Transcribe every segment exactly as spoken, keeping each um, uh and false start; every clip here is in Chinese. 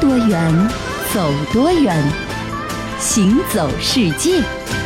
多远，走多远，行走世界。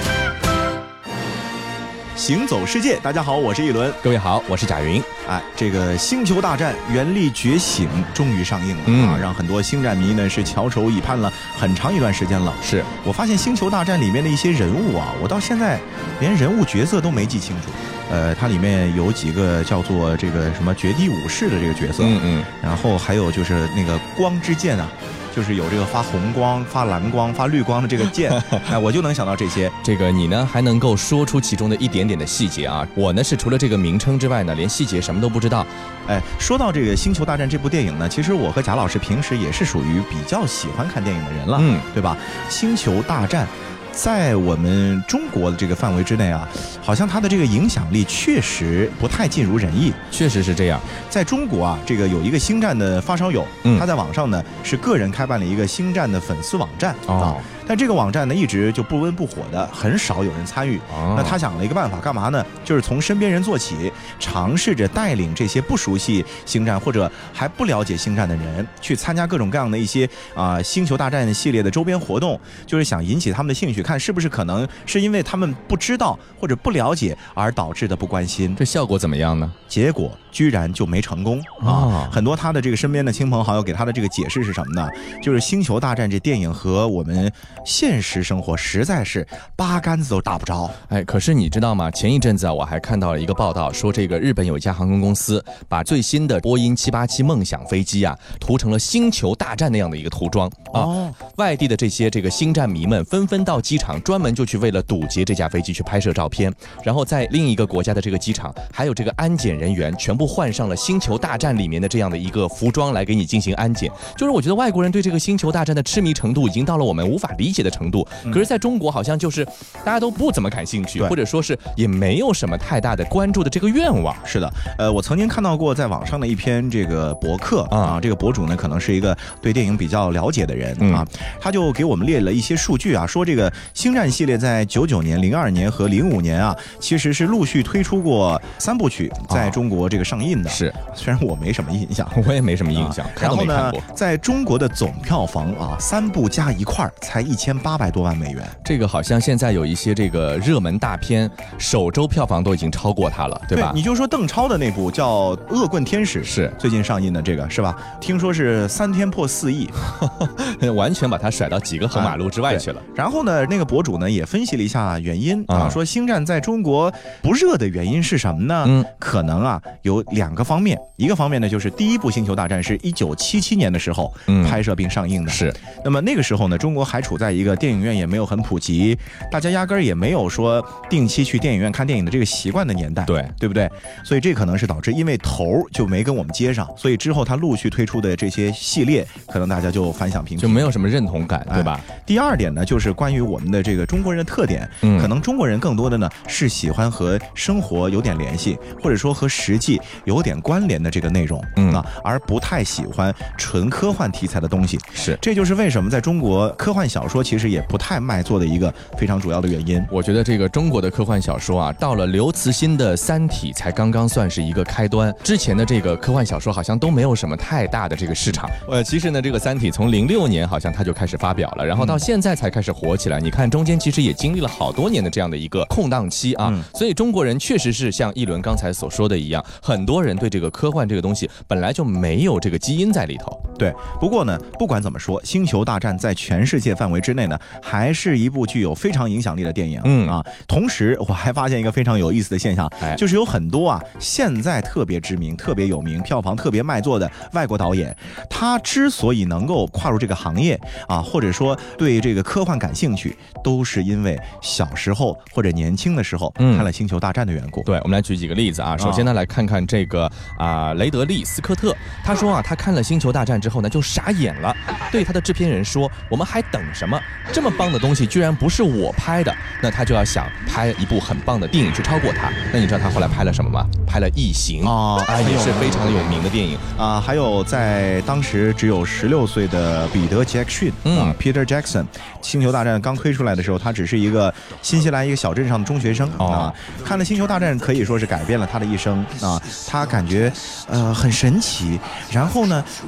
行走世界，大家好，我是一轮。 各位好，我是贾云。 哎，这个《星球大战：原力觉醒》终于上映了、嗯、啊，让很多星战迷呢是翘首以盼了很长一段时间了。 是我发现《星球大战》里面的一些人物啊，我到现在连人物角色都没记清楚。呃，它里面有几个叫做这个什么绝地武士的这个角色， 嗯嗯， 然后还有就是那个光之剑啊。就是有这个发红光、发蓝光、发绿光的这个剑，哎，我就能想到这些。 这个你呢还能够说出其中的一点点的细节啊？我呢是除了这个名称之外呢，连细节什么都不知道。 哎，说到这个《星球大战》这部电影呢，其实我和贾老师平时也是属于比较喜欢看电影的人了，嗯，对吧？《星球大战》在我们中国的这个范围之内啊，好像它的这个影响力确实不太尽如人意。 确实是这样。 在中国啊，这个有一个星战的发烧友，嗯、他在网上呢是个人开办了一个星战的粉丝网站、哦、啊。但这个网站呢一直就不温不火的，很少有人参与、哦、那他想了一个办法，干嘛呢？就是从身边人做起，尝试着带领这些不熟悉星战或者还不了解星战的人去参加各种各样的一些啊、呃、星球大战系列的周边活动，就是想引起他们的兴趣，看是不是可能是因为他们不知道或者不了解而导致的不关心。 这效果怎么样呢？ 结果居然就没成功啊、哦！很多他的这个身边的亲朋好友给他的这个解释是什么呢？就是《星球大战》这电影和我们现实生活实在是八竿子都打不着。 哎，可是你知道吗？前一阵子啊，我还看到了一个报道，说这个日本有一家航空公司把最新的波音七八七梦想飞机啊涂成了星球大战那样的一个涂装啊、哦。外地的这些这个星战迷们纷纷到机场，专门就去为了堵截这架飞机去拍摄照片，然后在另一个国家的这个机场，还有这个安检人员全部换上了星球大战里面的这样的一个服装来给你进行安检。就是我觉得外国人对这个星球大战的痴迷程度已经到了我们无法理解的程度，可是在中国好像就是大家都不怎么感兴趣，或者说是也没有什么太大的关注的这个愿望。 是的，呃，我曾经看到过在网上的一篇这个博客啊，这个博主呢可能是一个对电影比较了解的人啊，他就给我们列了一些数据啊，说这个星战系列在九九年、零二年和零五年啊，其实是陆续推出过三部曲在中国这个上映的。 是， 虽然我没什么印象， 我也没什么印象。啊、 然后呢，在中国的总票房啊，三部加一块才一千八百多万美元。 这个好像现在有一些这个热门大片，首周票房都已经超过它了，对吧？ 对，你就说邓超的那部叫《恶棍天使》， 是最近上映的这个是吧？听说是三天破四亿， 完全把它甩到几个横马路之外去了。 啊、然后呢，那个博主呢也分析了一下原因啊，啊说星战在中国不热的原因是什么呢？嗯，可能啊有两个方面，一个方面呢就是第一部《星球大战》是一九七七年的时候拍摄并上映的， 嗯、是。 那么那个时候呢，中国还处在一个电影院也没有很普及，大家压根儿也没有说定期去电影院看电影的这个习惯的年代， 对对不对？所以这可能是导致因为头就没跟我们接上，所以之后他陆续推出的这些系列，可能大家就反响平平， 就没有什么认同感，对吧？ 哎、第二点呢，就是关于我们的这个中国人的特点，嗯，可能中国人更多的呢是喜欢和生活有点联系，或者说和实际有点关联的这个内容，嗯啊，而不太喜欢纯科幻题材的东西。 是， 这就是为什么在中国科幻小说其实也不太卖座的一个非常主要的原因。 我觉得这个中国的科幻小说啊，到了刘慈欣的《三体》才刚刚算是一个开端，之前的这个科幻小说好像都没有什么太大的这个市场。呃，其实呢，这个《三体》从零六年好像它就开始发表了，然后到现在才开始火起来。你看中间其实也经历了好多年的这样的一个空档期啊，嗯、所以中国人确实是像一轮刚才所说的一样，很多人对这个科幻这个东西本来就没有这个基因在里头。 对，不过呢，不管怎么说，《星球大战》在全世界范围之内呢，还是一部具有非常影响力的电影。嗯啊，同时我还发现一个非常有意思的现象，哎、就是有很多啊现在特别知名、特别有名、票房特别卖座的外国导演，他之所以能够跨入这个行业啊，或者说对这个科幻感兴趣，都是因为小时候或者年轻的时候看了《星球大战》的缘故。 嗯、对，我们来举几个例子啊。首先呢，来看看这个啊、呃、雷德利·斯科特，他说啊，他看了《星球大战》之后呢，就傻眼了，对他的制片人说：“我们还等什么？这么棒的东西居然不是我拍的，那他就要想拍一部很棒的电影去超过他。”那你知道他后来拍了什么吗？拍了《异形》啊，啊，也是非常有名的电影啊。还有在当时只有十六岁的彼得·杰克逊，嗯 ，Peter Jackson，《星球大战》刚推出来的时候，他只是一个新西兰一个小镇上的中学生、哦、啊。看了《星球大战》，可以说是改变了他的一生啊。他感觉呃很神奇，然后呢，呃又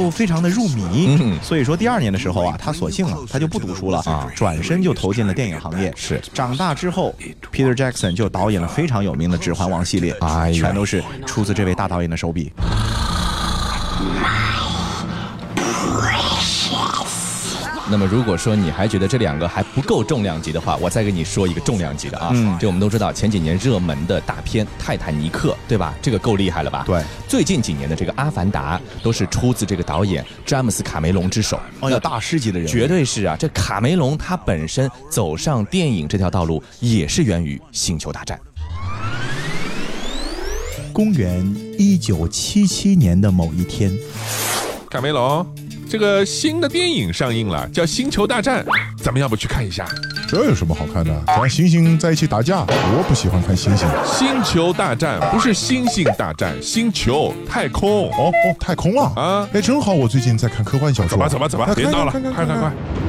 又非常的入迷，嗯、所以说第二年的时候啊，他索性啊，他就不读书了啊，转身就投进了电影行业。 是， 长大之后 ，Peter Jackson 就导演了非常有名的《指环王》系列，哎，全都是出自这位大导演的手笔。 那么如果说你还觉得这两个还不够重量级的话，我再给你说一个重量级的啊。嗯，这我们都知道前几年热门的大片《泰坦尼克》，对吧？这个够厉害了吧？ 对。 最近几年的这个《阿凡达》都是出自这个导演詹姆斯·卡梅隆之手。 哦，有大师级的人， 绝对是啊。这卡梅隆他本身走上电影这条道路，也是源于《星球大战》。 公元一九七七年的某一天， 卡梅隆。这个新的电影上映了，叫《星球大战》，咱们要不去看一下？ 这有什么好看的？让猩猩在一起打架，我不喜欢看猩猩。 星球大战不是星星大战，星球太空。 哦哦，太空啊！啊，哎，正好我最近在看科幻小说。 走吧走吧走吧，别闹了，快快快！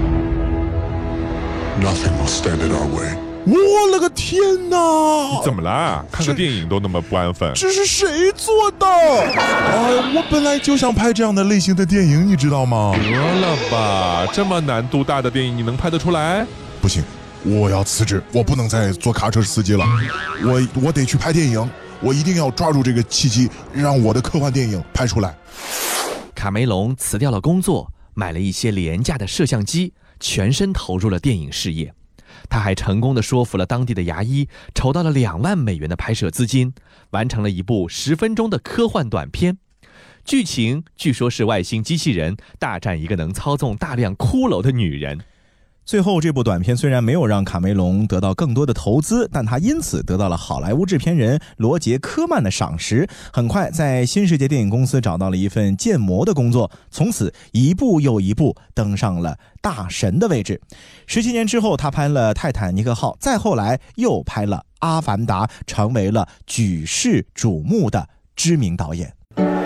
Nothing will stand in our way。我了个天哪！ 怎么啦？看个电影都那么不安分？ 这是谁做的？哎，我本来就想拍这样的类型的电影，你知道吗？ 得了吧，这么难度大的电影你能拍得出来？ 不行，我要辞职，我不能再做卡车司机了。我我得去拍电影，我一定要抓住这个契机，让我的科幻电影拍出来。 卡梅隆辞掉了工作，买了一些廉价的摄像机，全身投入了电影事业。他还成功地说服了当地的牙医，筹到了两万美元的拍摄资金，完成了一部十分钟的科幻短片。剧情据说是外星机器人大战一个能操纵大量骷髅的女人。 最后这部短片虽然没有让卡梅隆得到更多的投资，但他因此得到了好莱坞制片人罗杰·科曼的赏识，很快在新世界电影公司找到了一份建模的工作，从此一步又一步登上了大神的位置。十七年之后，他拍了《泰坦尼克号》，再后来又拍了《阿凡达》，成为了举世瞩目的知名导演。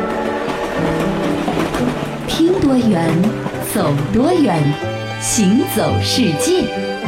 听多远，走多远，行走世界。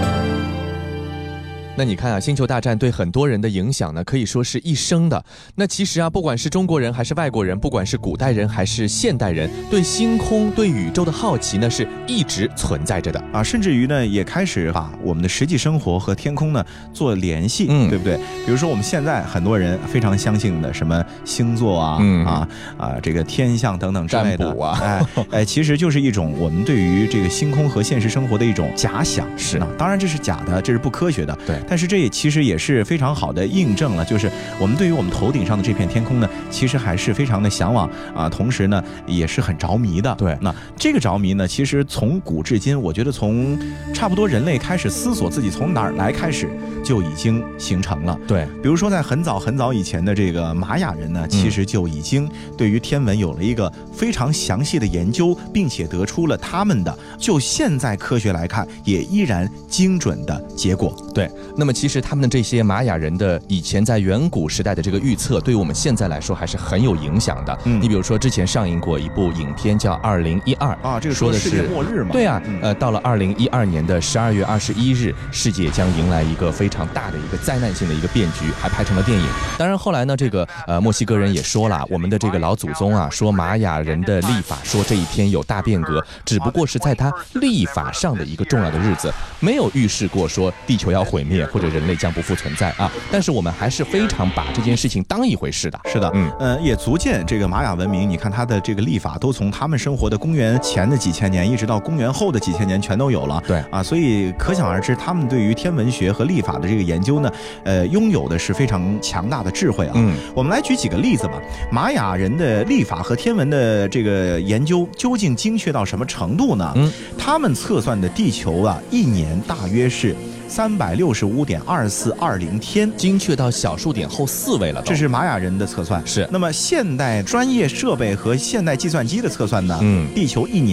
那你看啊，星球大战对很多人的影响呢，可以说是一生的。那其实啊，不管是中国人还是外国人，不管是古代人还是现代人，对星空、对宇宙的好奇呢，是一直存在着的啊。甚至于呢，也开始把我们的实际生活和天空呢做联系，嗯，对不对？比如说我们现在很多人非常相信的什么星座啊、嗯、啊啊这个天象等等之类的， 占卜啊， 哎哎，其实就是一种我们对于这个星空和现实生活的一种假想。 是啊，当然这是假的，这是不科学的。 对。 但是这也其实也是非常好的印证了，就是我们对于我们头顶上的这片天空呢，其实还是非常的向往啊，同时呢也是很着迷的。 对， 那这个着迷呢，其实从古至今，我觉得从差不多人类开始思索自己从哪儿来开始，就已经形成了。 对， 比如说在很早很早以前的这个玛雅人呢，其实就已经对于天文有了一个非常详细的研究，并且得出了他们的就现在科学来看也依然精准的结果。 对，那么其实他们的这些玛雅人的以前在远古时代的这个预测，对于我们现在来说还是很有影响的。嗯，你比如说之前上映过一部影片叫《二零一二》 啊，这个说的是世界末日嘛？ 对啊，嗯、呃，到了二零一二年的十二月二十一日，世界将迎来一个非常大的一个灾难性的一个变局，还拍成了电影。当然后来呢，这个呃墨西哥人也说了，我们的这个老祖宗啊，说玛雅人的历法说这一天有大变革，只不过是在他历法上的一个重要的日子，没有预示过说地球要毁灭或者人类将不复存在啊。但是我们还是非常把这件事情当一回事的。 是的，嗯呃，也足见这个玛雅文明，你看它的这个历法都从他们生活的公元前的几千年，一直到公元后的几千年全都有了。 对啊，所以可想而知，他们对于天文学和历法的这个研究呢，呃，拥有的是非常强大的智慧啊。嗯，我们来举几个例子吧。玛雅人的历法和天文的这个研究究竟精确到什么程度呢？嗯，他们测算的地球啊，一年大约是三百六十五点二四二零天， 精确到小数点后四位了。 这是玛雅人的测算。 是。 那么现代专业设备和现代计算机的测算呢？嗯，地球一年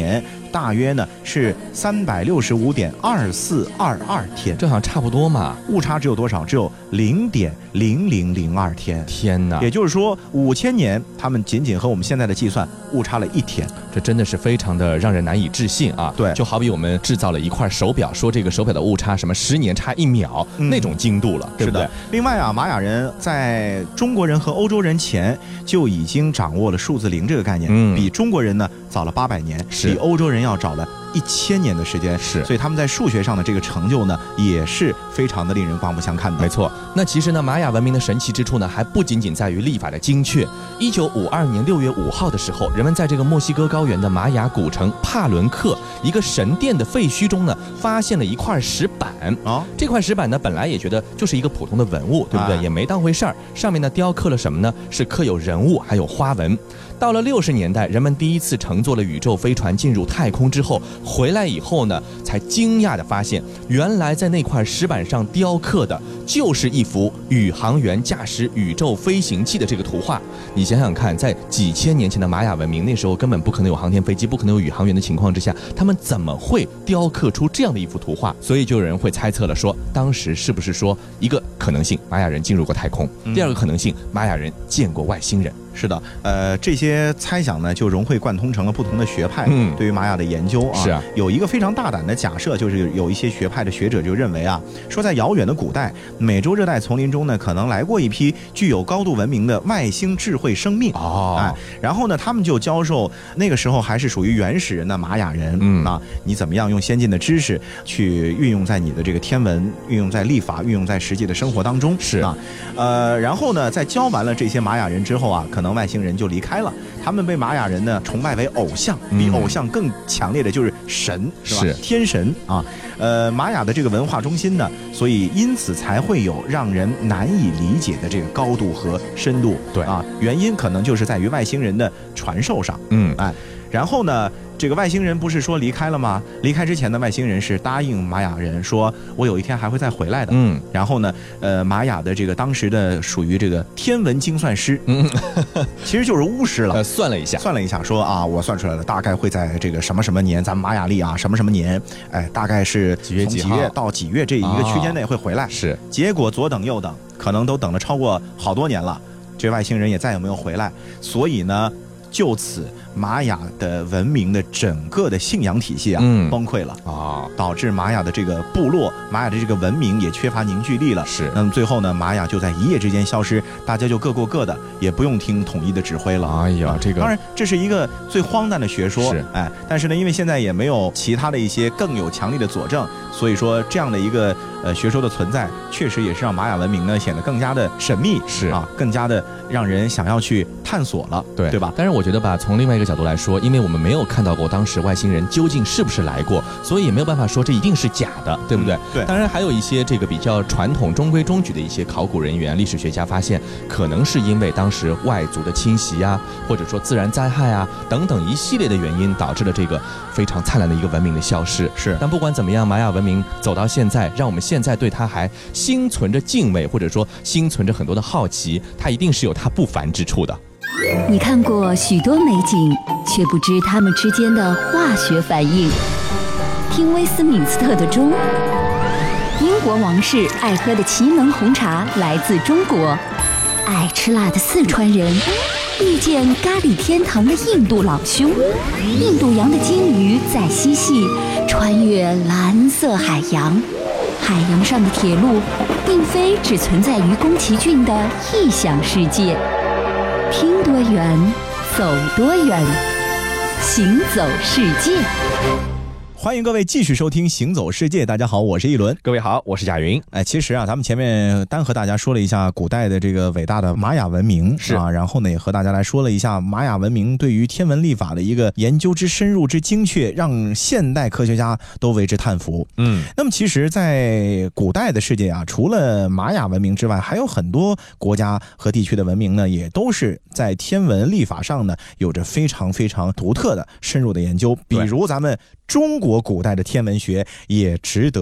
大约呢是三百六十五点二四二二天， 这好像差不多嘛。 误差只有多少？只有零点零零零二天。 天哪！ 也就是说，五千年，他们仅仅和我们现在的计算误差了一天。 这真的是非常的让人难以置信啊！ 对， 就好比我们制造了一块手表，说这个手表的误差什么十年差一秒、嗯、那种精度了，对不对？ 是的。另外啊，玛雅人在中国人和欧洲人前就已经掌握了数字零这个概念，嗯、比中国人呢早了八百年， 是比欧洲人要早了一千年的时间， 是。 所以他们在数学上的这个成就呢，也是非常的令人刮目相看的。 没错。那其实呢，玛雅文明的神奇之处呢，还不仅仅在于历法的精确。一九五二年六月五号的时候，人们在这个墨西哥高原的玛雅古城帕伦克一个神殿的废墟中呢，发现了一块石板。 哦， 这块石板呢，本来也觉得就是一个普通的文物，对不对？啊、也没当回事儿。上面呢雕刻了什么呢？是刻有人物，还有花纹。到了六十年代，人们第一次乘坐了宇宙飞船进入太空之后，回来以后呢，才惊讶地发现，原来在那块石板上雕刻的就是一幅宇航员驾驶宇宙飞行器的这个图画。你想想看，在几千年前的玛雅文明，那时候根本不可能有航天飞机，不可能有宇航员的情况之下，他们怎么会雕刻出这样的一幅图画？所以就有人会猜测了说，当时是不是说一个可能性，玛雅人进入过太空；嗯、第二个可能性，玛雅人见过外星人。 是的，呃，这些猜想呢，就融会贯通成了不同的学派。嗯，对于玛雅的研究啊， 是啊， 有一个非常大胆的假设，就是有一些学派的学者就认为啊，说在遥远的古代，美洲热带丛林中呢，可能来过一批具有高度文明的外星智慧生命。 哦， 哎，然后呢，他们就教授那个时候还是属于原始人的玛雅人，嗯啊，你怎么样用先进的知识去运用在你的这个天文，运用在历法，运用在实际的生活当中。 是啊，呃，然后呢，在教完了这些玛雅人之后啊，可能外星人就离开了，他们被玛雅人呢崇拜为偶像，比偶像更强烈的就是神，是吧？ 是天神啊。呃，玛雅的这个文化中心呢，所以因此才会有让人难以理解的这个高度和深度。 对啊，原因可能就是在于外星人的传授上。 嗯， 哎，然后呢，这个外星人不是说离开了吗？离开之前的外星人是答应玛雅人说，我有一天还会再回来的。嗯，然后呢，呃，玛雅的这个当时的属于这个天文精算师，嗯，其实就是巫师了。 呃，算了一下， 算了一下，说啊，我算出来了，大概会在这个什么什么年，咱们玛雅历啊，什么什么年，哎，大概是几月几号， 从几月到几月这一个区间内会回来。 哦、是， 结果左等右等，可能都等了超过好多年了，这外星人也再也没有回来，所以呢。就此，玛雅的文明的整个的信仰体系啊、嗯、崩溃了啊、哦，导致玛雅的这个部落、玛雅的这个文明也缺乏凝聚力了。 是， 那么最后呢，玛雅就在一夜之间消失，大家就各过各的，也不用听统一的指挥了。 哎呀，这个当然这是一个最荒诞的学说， 是哎，但是呢，因为现在也没有其他的一些更有强力的佐证，所以说这样的一个呃学说的存在，确实也是让玛雅文明呢显得更加的神秘， 是啊，更加的让人想要去探索了， 对对吧？ 但是我觉得吧，从另外一个角度来说，因为我们没有看到过当时外星人究竟是不是来过，所以也没有办法说这一定是假的，对不对？嗯、 对。 当然还有一些这个比较传统、中规中矩的一些考古人员、历史学家发现，可能是因为当时外族的侵袭啊，或者说自然灾害啊等等一系列的原因，导致了这个非常灿烂的一个文明的消失。 是。 但不管怎么样，玛雅文明走到现在，让我们现在对它还心存着敬畏，或者说心存着很多的好奇，它一定是有它不凡之处的。 你看过许多美景，却不知它们之间的化学反应。听威斯敏斯特的钟，英国王室爱喝的祁门红茶来自中国，爱吃辣的四川人遇见咖喱天堂的印度老兄，印度洋的鲸鱼在嬉戏，穿越蓝色海洋。海洋上的铁路并非只存在于宫崎骏的异想世界。听多远，走多远，行走世界。 欢迎各位继续收听《行走世界》，大家好，我是一轮。 各位好，我是贾云。 哎，其实啊，咱们前面单和大家说了一下古代的这个伟大的玛雅文明， 是啊，然后呢也和大家来说了一下玛雅文明对于天文历法的一个研究之深入之精确，让现代科学家都为之叹服。嗯，那么其实，在古代的世界啊，除了玛雅文明之外，还有很多国家和地区的文明呢，也都是在天文历法上呢有着非常非常独特的深入的研究。比如咱们中国古代的天文学也值得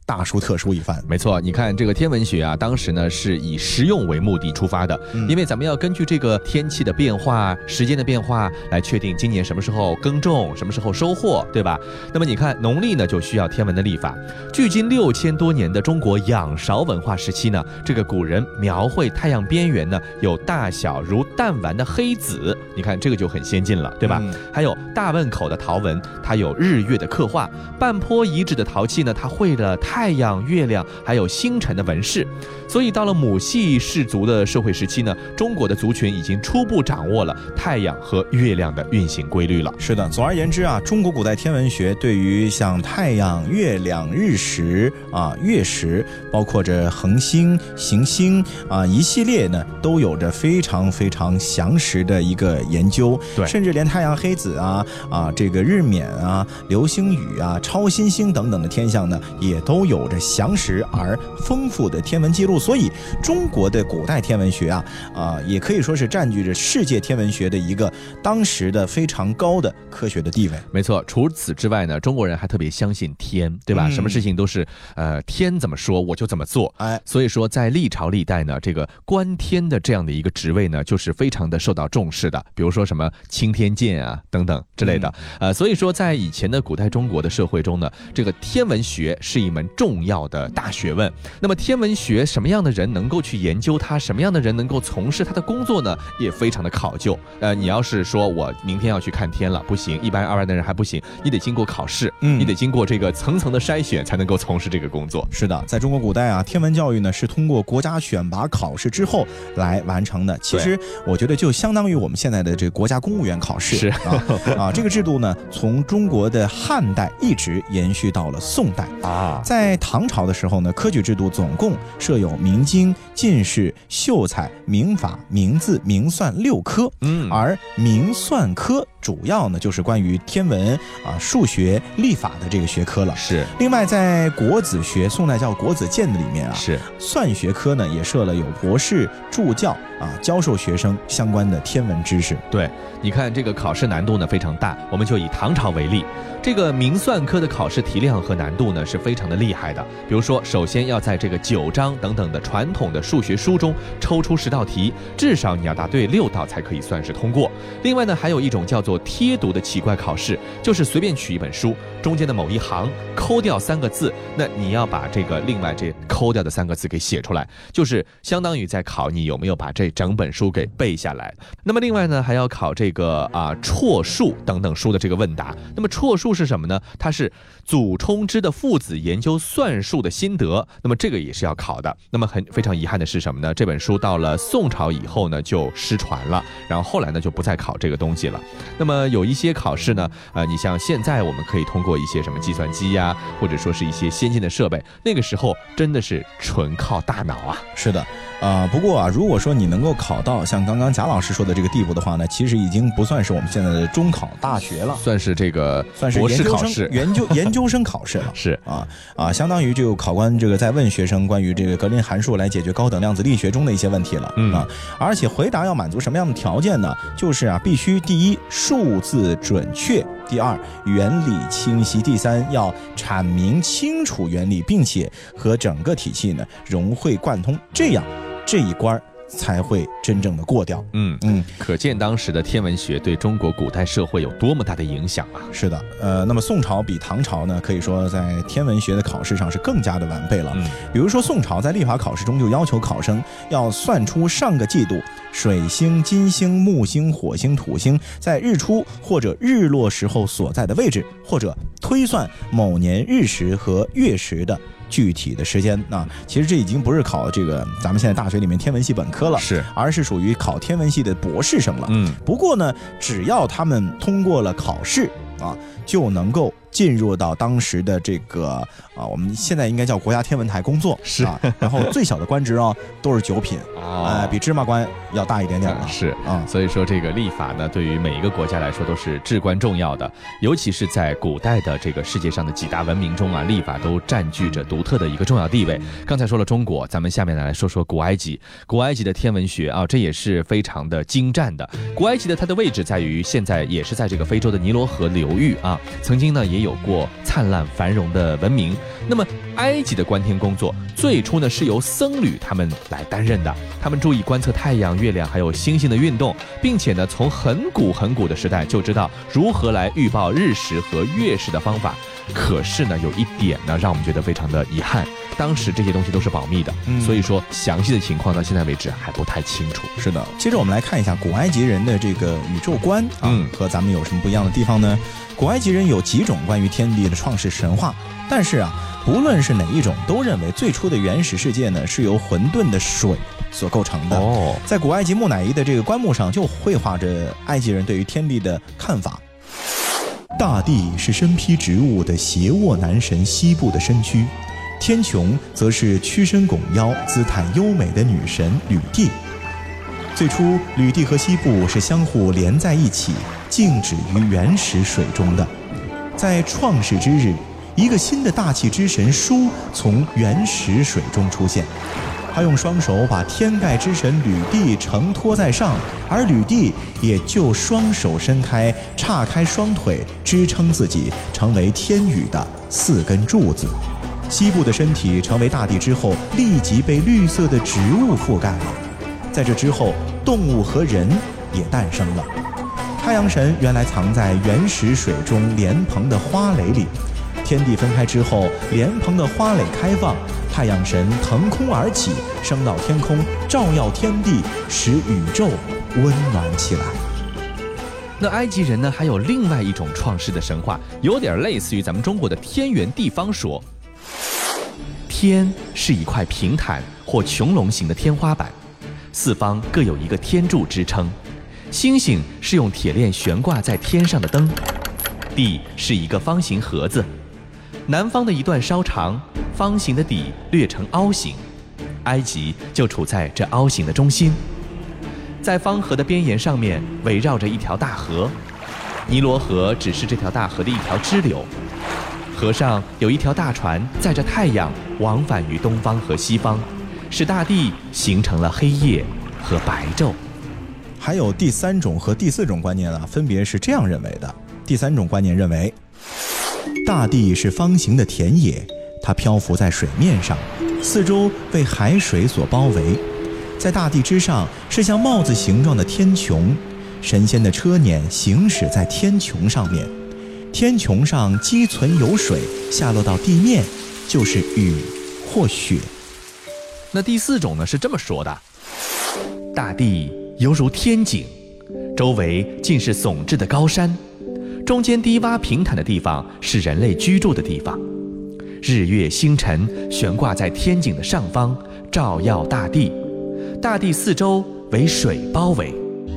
大书特书一番。 没错，你看这个天文学啊，当时呢是以实用为目的出发的，嗯、因为咱们要根据这个天气的变化、时间的变化来确定今年什么时候耕种、什么时候收获，对吧？那么你看农历呢就需要天文的历法。距今六千多年的中国仰韶文化时期呢，这个古人描绘太阳边缘呢有大小如弹丸的黑子，你看这个就很先进了，对吧？嗯、还有大汶口的陶文，它有日月的刻画；半坡遗址的陶器呢，它绘了太阳、月亮还有星辰的纹饰。所以到了母系氏族的社会时期呢，中国的族群已经初步掌握了太阳和月亮的运行规律了。 是的，总而言之啊，中国古代天文学对于像太阳、月亮、日食啊、月食，包括着恒星、行星啊一系列呢，都有着非常非常详实的一个研究。 对， 甚至连太阳黑子啊啊这个日冕啊、流星雨啊、超新星等等的天象呢，也都有着详实而丰富的天文记录。所以中国的古代天文学啊啊也可以说是占据着世界天文学的一个当时的非常高的科学的地位。 没错，除此之外呢，中国人还特别相信天，对吧？嗯、什么事情都是呃天怎么说我就怎么做。哎，所以说在历朝历代呢，这个观天的这样的一个职位呢，就是非常的受到重视的。比如说什么钦天监啊等等之类的。嗯、呃，所以说在以前的古代中国的社会中呢，这个天文学是一门重要的大学问。那么天文学什么样的人能够去研究它，什么样的人能够从事他的工作呢，也非常的考究。呃，你要是说我明天要去看天了，不行，一般二般的人还不行，你得经过考试，嗯，你得经过这个层层的筛选，才能够从事这个工作。 是的，在中国古代啊，天文教育呢是通过国家选拔考试之后来完成的。其实我觉得就相当于我们现在的这个国家公务员考试。 是啊啊，这个制度呢，从中国的汉代一直延续到了宋代啊。在唐朝的时候呢，科举制度总共设有明经、进士、秀才、明法、明字、明算六科，嗯，而明算科主要呢就是关于天文啊、数学、历法的这个学科了。 是。 另外，在国子学，宋代叫国子监的里面啊， 是算学科呢也设了有博士助教啊，教授学生相关的天文知识。 对，你看这个考试难度呢非常大，我们就以唐朝为例。这个明算科的考试题量和难度呢是非常的厉害的。比如说，首先要在这个九章等等的传统的数学书中抽出十道题，至少你要答对六道才可以算是通过。另外呢，还有一种叫做贴读的奇怪考试，就是随便取一本书，中间的某一行抠掉三个字，那你要把这个另外这抠掉的三个字给写出来，就是相当于在考你有没有把这整本书给背下来。那么另外呢，还要考这个啊辍数等等书的这个问答。那么辍数是什么呢？它是祖冲之的父子研究算术的心得，那么这个也是要考的。那么很非常遗憾的是什么呢？这本书到了宋朝以后呢就失传了，然后后来呢就不再考这个东西了。那么有一些考试呢，呃，你像现在我们可以通过一些什么计算机呀、啊，或者说是一些先进的设备，那个时候真的是纯靠大脑啊。 是的。呃，不过啊，如果说你能够考到像刚刚贾老师说的这个地步的话呢，其实已经不算是我们现在的中考大学了， 算是这个算是研究生研究研究生考试了。 是啊啊，相当于这个考官这个在问学生关于这个格林函数来解决高等量子力学中的一些问题了、嗯、啊，而且回答要满足什么样的条件呢？就是啊，必须第一数字准确，第二原理清晰，第三要阐明清楚原理，并且和整个体系呢融会贯通，这样这一关才会真正的过掉。 嗯嗯，可见当时的天文学对中国古代社会有多么大的影响啊！ 是的，呃，那么宋朝比唐朝呢，可以说在天文学的考试上是更加的完备了。嗯，比如说宋朝在历法考试中就要求考生要算出上个季度水星、金星、木星、火星、土星在日出或者日落时候所在的位置，或者推算某年日食和月食的具体的时间。那其实这已经不是考这个咱们现在大学里面天文系本科了， 是， 而是属于考天文系的博士生了。嗯，不过呢，只要他们通过了考试啊，就能够进入到当时的这个啊，我们现在应该叫国家天文台工作， 是啊。然后最小的官职啊，都是九品， 哦、 呃，比芝麻官要大一点点了。 嗯、是啊、嗯，所以说这个历法呢，对于每一个国家来说都是至关重要的，尤其是在古代的这个世界上的几大文明中啊，历法都占据着独特的一个重要地位。刚才说了中国，咱们下面来说说古埃及。古埃及的天文学啊，这也是非常的精湛的。古埃及的它的位置在于现在也是在这个非洲的尼罗河流域啊，曾经呢也有过灿烂繁荣的文明。 那么埃及的观天工作最初呢是由僧侣他们来担任的，他们注意观测太阳、月亮还有星星的运动，并且呢从很古很古的时代就知道如何来预报日食和月食的方法。可是呢有一点呢让我们觉得非常的遗憾，当时这些东西都是保密的，嗯、所以说详细的情况到现在为止还不太清楚。 是的，接着我们来看一下古埃及人的这个宇宙观啊，嗯、和咱们有什么不一样的地方呢？古埃及人有几种关于天地的创世神话，但是啊，不论是哪一种，都认为最初的原始世界呢是由混沌的水所构成的。哦，在古埃及木乃伊的这个棺木上就绘画着埃及人对于天地的看法。大地是身披植物的斜卧男神西部的身躯，天穹则是屈身拱腰、姿态优美的女神吕蒂。最初，吕蒂和西部是相互连在一起，静止于原始水中的。在创世之日，一个新的大气之神舒从原始水中出现，他用双手把天盖之神吕蒂承托在上，而吕蒂也就双手伸开，岔开双腿，支撑自己，成为天宇的四根柱子。西部的身体成为大地之后，立即被绿色的植物覆盖了。在这之后，动物和人也诞生了。太阳神原来藏在原始水中莲蓬的花蕾里，天地分开之后，莲蓬的花蕾开放，太阳神腾空而起，升到天空，照耀天地，使宇宙温暖起来。 那埃及人呢，还有另外一种创世的神话，有点类似于咱们中国的天圆地方说。天是一块平坦或穹隆形的天花板，四方各有一个天柱支撑。星星是用铁链悬挂在天上的灯，地是一个方形盒子，南方的一段稍长，方形的底略呈凹形，埃及就处在这凹形的中心。在方盒的边沿上面围绕着一条大河，尼罗河只是这条大河的一条支流。河上有一条大船载着太阳往返于东方和西方，使大地形成了黑夜和白昼。 还有第三种和第四种观念啊，分别是这样认为的。第三种观念认为，大地是方形的田野，它漂浮在水面上，四周被海水所包围。在大地之上是像帽子形状的天穹，神仙的车辇行驶在天穹上面，天穹上积存有水，下落到地面就是雨或雪。 那第四种呢是这么说的：大地犹如天井，周围尽是耸峙的高山，中间低洼平坦的地方是人类居住的地方。日月星辰悬挂在天井的上方，照耀大地，大地四周为水包围。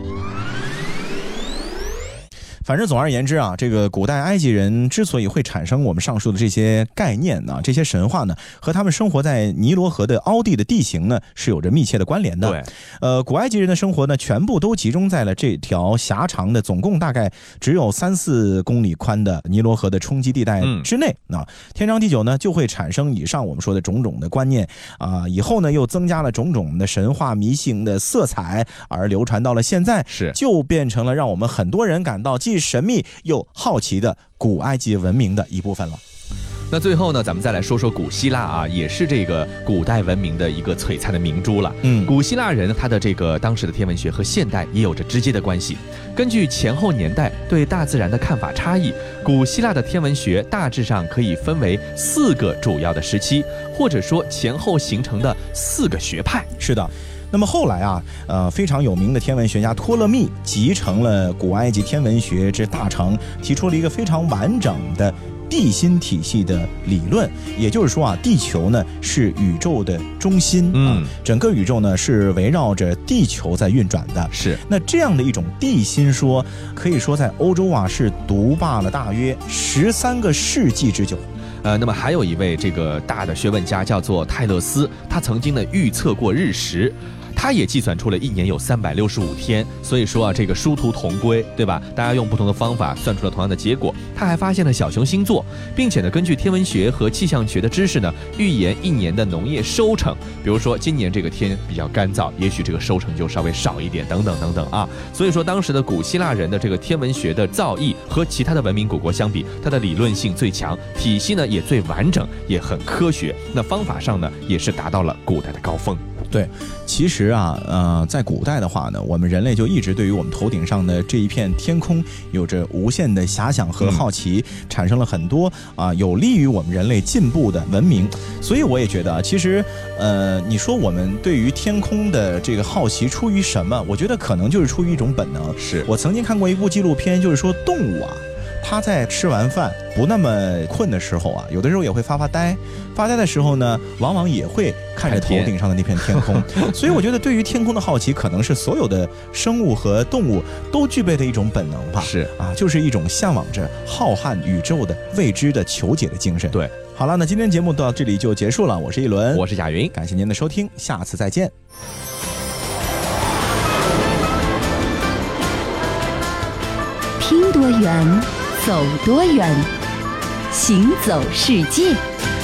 反正总而言之啊，这个古代埃及人之所以会产生我们上述的这些概念呢，这些神话呢，和他们生活在尼罗河的凹地的地形呢，是有着密切的关联的。 对， 呃，古埃及人的生活呢，全部都集中在了这条狭长的，总共大概只有三四公里宽的尼罗河的冲积地带之内。那、嗯、天长地久呢，就会产生以上我们说的种种的观念啊、呃，以后呢，又增加了种种的神话迷信的色彩，而流传到了现在， 是就变成了让我们很多人感到既神秘又好奇的古埃及文明的一部分了。 那最后呢，咱们再来说说古希腊啊，也是这个古代文明的一个璀璨的明珠了。嗯，古希腊人他的这个当时的天文学和现代也有着直接的关系。根据前后年代对大自然的看法差异，古希腊的天文学大致上可以分为四个主要的时期，或者说前后形成的四个学派。 是的。那么后来啊，呃，非常有名的天文学家托勒密集成了古埃及天文学之大成，提出了一个非常完整的地心体系的理论。也就是说啊，地球呢是宇宙的中心，嗯，整个宇宙呢是围绕着地球在运转的。 是。 那这样的一种地心说，可以说在欧洲啊是独霸了大约十三个世纪之久。 呃，那么还有一位这个大的学问家叫做泰勒斯，他曾经呢预测过日食。 他也计算出了一年有三百六十五天，所以说啊，这个殊途同归，对吧？大家用不同的方法算出了同样的结果。他还发现了小熊星座，并且呢，根据天文学和气象学的知识呢，预言一年的农业收成。比如说今年这个天比较干燥，也许这个收成就稍微少一点，等等等等啊。所以说当时的古希腊人的这个天文学的造诣和其他的文明古国相比，它的理论性最强，体系呢也最完整，也很科学。那方法上呢，也是达到了古代的高峰。 对，其实啊，呃，在古代的话呢，我们人类就一直对于我们头顶上的这一片天空有着无限的遐想和好奇，嗯、产生了很多啊、呃、有利于我们人类进步的文明。所以我也觉得啊，其实呃，你说我们对于天空的这个好奇出于什么？我觉得可能就是出于一种本能。 是我曾经看过一部纪录片，就是说动物啊。他在吃完饭不那么困的时候啊，有的时候也会发发呆，发呆的时候呢，往往也会看着头顶上的那片天空。所以我觉得对于天空的好奇，可能是所有的生物和动物都具备的一种本能吧。 是啊，就是一种向往着浩瀚宇宙的未知的求解的精神。 对， 好了，那今天节目到这里就结束了。我是一轮， 我是贾云， 感谢您的收听，下次再见。 听多远，走多远，行走世界。